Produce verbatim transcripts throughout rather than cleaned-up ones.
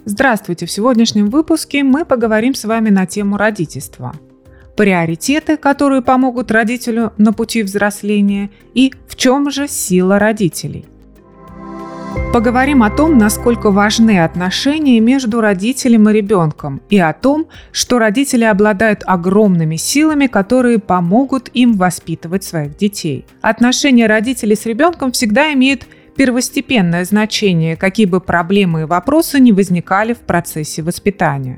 Здравствуйте! В сегодняшнем выпуске мы поговорим с вами на тему родительства. Приоритеты, которые помогут родителю на пути взросления, и в чем же сила родителей. Поговорим о том, насколько важны отношения между родителем и ребенком, и о том, что родители обладают огромными силами, которые помогут им воспитывать своих детей. Отношения родителей с ребенком всегда имеют первостепенное значение, какие бы проблемы и вопросы ни возникали в процессе воспитания.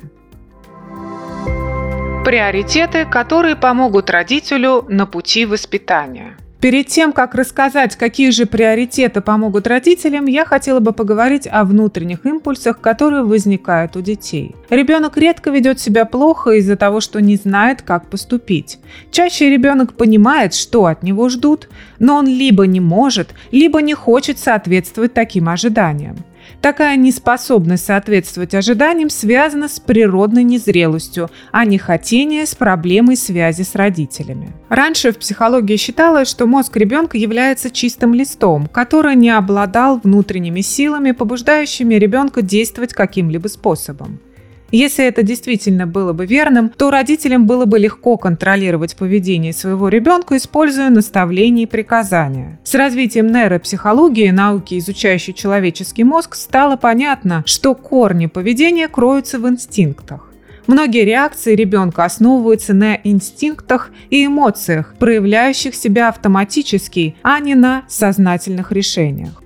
Приоритеты, которые помогут родителю на пути воспитания. Перед тем, как рассказать, какие же приоритеты помогут родителям, я хотела бы поговорить о внутренних импульсах, которые возникают у детей. Ребенок редко ведет себя плохо из-за того, что не знает, как поступить. Чаще ребенок понимает, что от него ждут, но он либо не может, либо не хочет соответствовать таким ожиданиям. Такая неспособность соответствовать ожиданиям связана с природной незрелостью, а не хотение с проблемой связи с родителями. Раньше в психологии считалось, что мозг ребенка является чистым листом, который не обладал внутренними силами, побуждающими ребенка действовать каким-либо способом. Если это действительно было бы верным, то родителям было бы легко контролировать поведение своего ребенка, используя наставления и приказания. С развитием нейропсихологии, науки, изучающей человеческий мозг, стало понятно, что корни поведения кроются в инстинктах. Многие реакции ребенка основываются на инстинктах и эмоциях, проявляющих себя автоматически, а не на сознательных решениях.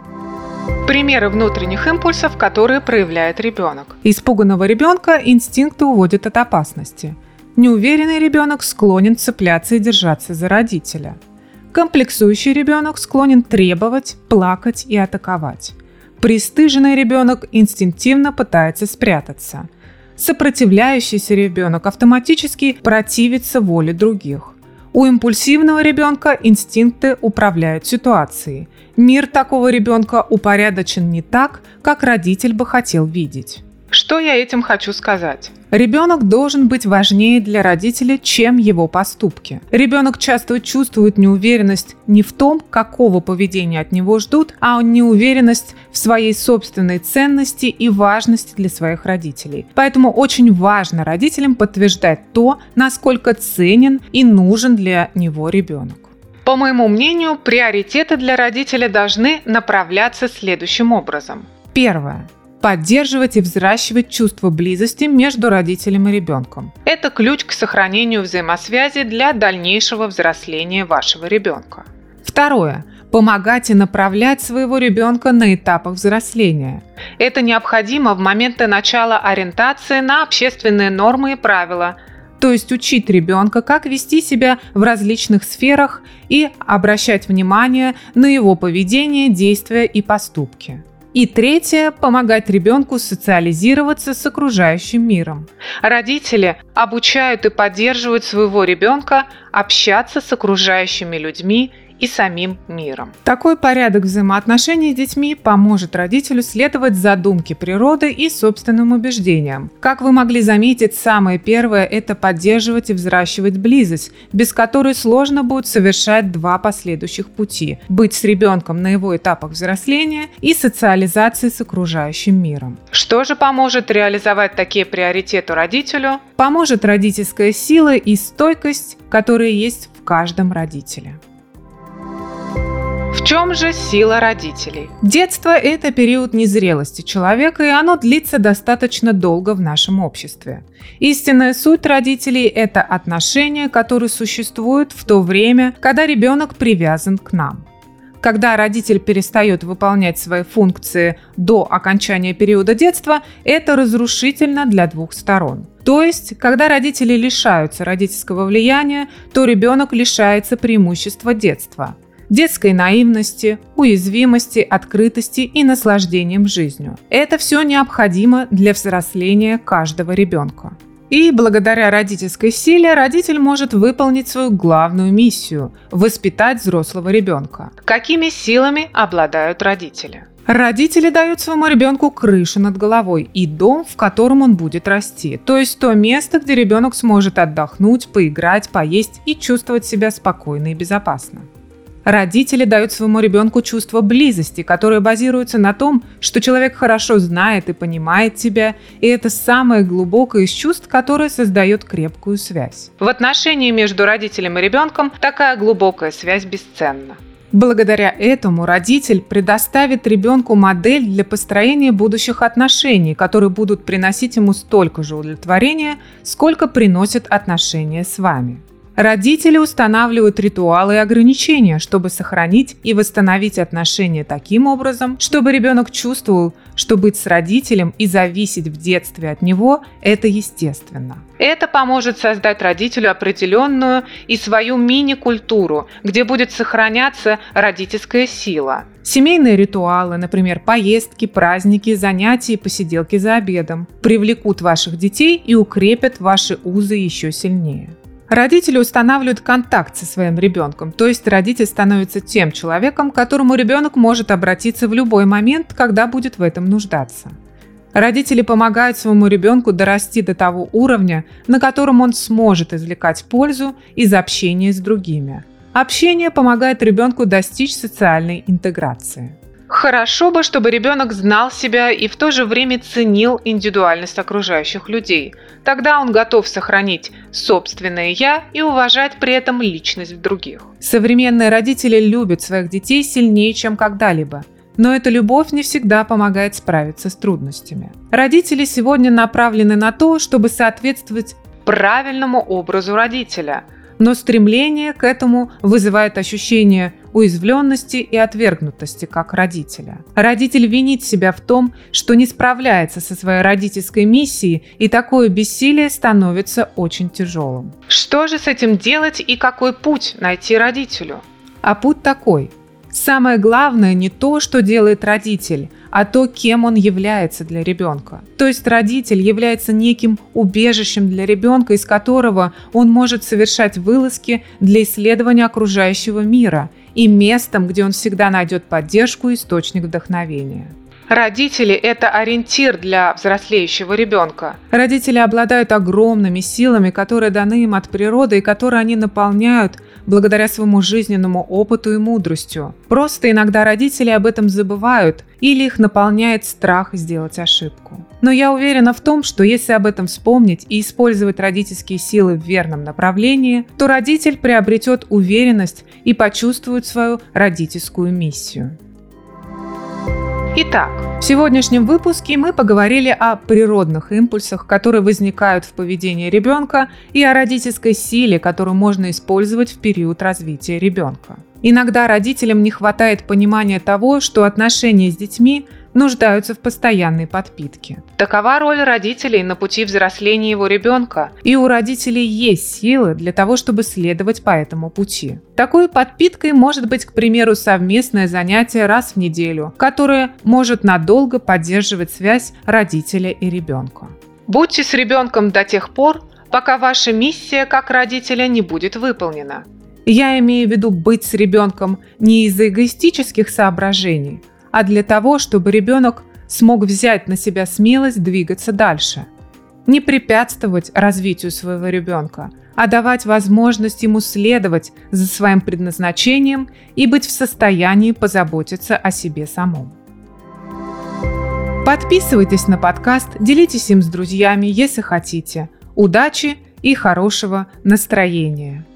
Примеры внутренних импульсов, которые проявляет ребенок. Испуганного ребенка инстинкты уводят от опасности. Неуверенный ребенок склонен цепляться и держаться за родителя. Комплексующий ребенок склонен требовать, плакать и атаковать. Пристыженный ребенок инстинктивно пытается спрятаться. Сопротивляющийся ребенок автоматически противится воле других. У импульсивного ребенка инстинкты управляют ситуацией. Мир такого ребенка упорядочен не так, как родитель бы хотел видеть. Что я этим хочу сказать? Ребенок должен быть важнее для родителя, чем его поступки. Ребенок часто чувствует неуверенность не в том, какого поведения от него ждут, а неуверенность в своей собственной ценности и важности для своих родителей. Поэтому очень важно родителям подтверждать то, насколько ценен и нужен для него ребенок. По моему мнению, приоритеты для родителя должны направляться следующим образом. Первое. Поддерживать и взращивать чувство близости между родителем и ребенком. Это ключ к сохранению взаимосвязи для дальнейшего взросления вашего ребенка. Второе. Помогать и направлять своего ребенка на этапах взросления. Это необходимо в моменты начала ориентации на общественные нормы и правила, то есть учить ребенка, как вести себя в различных сферах и обращать внимание на его поведение, действия и поступки. И третье – помогать ребенку социализироваться с окружающим миром. Родители обучают и поддерживают своего ребенка общаться с окружающими людьми и самим миром. Такой порядок взаимоотношений с детьми поможет родителю следовать задумке природы и собственным убеждениям. Как вы могли заметить, самое первое – это поддерживать и взращивать близость, без которой сложно будет совершать два последующих пути – быть с ребенком на его этапах взросления и социализации с окружающим миром. Что же поможет реализовать такие приоритеты родителю? Поможет родительская сила и стойкость, которые есть в каждом родителе. В чем же сила родителей? Детство – это период незрелости человека, и оно длится достаточно долго в нашем обществе. Истинная суть родителей – это отношения, которые существуют в то время, когда ребенок привязан к нам. Когда родитель перестает выполнять свои функции до окончания периода детства, это разрушительно для двух сторон. То есть, когда родители лишаются родительского влияния, то ребенок лишается преимущества детства. Детской наивности, уязвимости, открытости и наслаждением жизнью. Это все необходимо для взросления каждого ребенка. И благодаря родительской силе родитель может выполнить свою главную миссию – воспитать взрослого ребенка. Какими силами обладают родители? Родители дают своему ребенку крышу над головой и дом, в котором он будет расти, то есть то место, где ребенок сможет отдохнуть, поиграть, поесть и чувствовать себя спокойно и безопасно. Родители дают своему ребенку чувство близости, которое базируется на том, что человек хорошо знает и понимает тебя, и это самое глубокое из чувств, которое создает крепкую связь. В отношении между родителем и ребенком такая глубокая связь бесценна. Благодаря этому родитель предоставит ребенку модель для построения будущих отношений, которые будут приносить ему столько же удовлетворения, сколько приносят отношения с вами. Родители устанавливают ритуалы и ограничения, чтобы сохранить и восстановить отношения таким образом, чтобы ребенок чувствовал, что быть с родителем и зависеть в детстве от него – это естественно. Это поможет создать родителю определенную и свою мини-культуру, где будет сохраняться родительская сила. Семейные ритуалы, например, поездки, праздники, занятия и посиделки за обедом, привлекут ваших детей и укрепят ваши узы еще сильнее. Родители устанавливают контакт со своим ребенком, то есть родитель становится тем человеком, к которому ребенок может обратиться в любой момент, когда будет в этом нуждаться. Родители помогают своему ребенку дорасти до того уровня, на котором он сможет извлекать пользу из общения с другими. Общение помогает ребенку достичь социальной интеграции. Хорошо бы, чтобы ребенок знал себя и в то же время ценил индивидуальность окружающих людей. Тогда он готов сохранить собственное «я» и уважать при этом личность в других. Современные родители любят своих детей сильнее, чем когда-либо. Но эта любовь не всегда помогает справиться с трудностями. Родители сегодня направлены на то, чтобы соответствовать правильному образу родителя. Но стремление к этому вызывает ощущение уязвленности и отвергнутости как родителя. Родитель винит себя в том, что не справляется со своей родительской миссией, и такое бессилие становится очень тяжелым. Что же с этим делать и какой путь найти родителю? А путь такой. Самое главное не то, что делает родитель, а то, кем он является для ребенка. То есть родитель является неким убежищем для ребенка, из которого он может совершать вылазки для исследования окружающего мира и местом, где он всегда найдет поддержку и источник вдохновения. Родители – это ориентир для взрослеющего ребенка. Родители обладают огромными силами, которые даны им от природы и которые они наполняют благодаря своему жизненному опыту и мудростью. Просто иногда родители об этом забывают или их наполняет страх сделать ошибку. Но я уверена в том, что если об этом вспомнить и использовать родительские силы в верном направлении, то родитель приобретет уверенность и почувствует свою родительскую миссию. Итак, в сегодняшнем выпуске мы поговорили о природных импульсах, которые возникают в поведении ребенка, и о родительской силе, которую можно использовать в период развития ребенка. Иногда родителям не хватает понимания того, что отношения с детьми нуждаются в постоянной подпитке. Такова роль родителей на пути взросления его ребенка, и у родителей есть силы для того, чтобы следовать по этому пути. Такой подпиткой может быть, к примеру, совместное занятие раз в неделю, которое может надолго поддерживать связь родителя и ребенка. Будьте с ребенком до тех пор, пока ваша миссия как родителя не будет выполнена. Я имею в виду быть с ребенком не из-за эгоистических соображений, а для того, чтобы ребенок смог взять на себя смелость двигаться дальше. Не препятствовать развитию своего ребенка, а давать возможность ему следовать за своим предназначением и быть в состоянии позаботиться о себе самом. Подписывайтесь на подкаст, делитесь им с друзьями, если хотите. Удачи и хорошего настроения!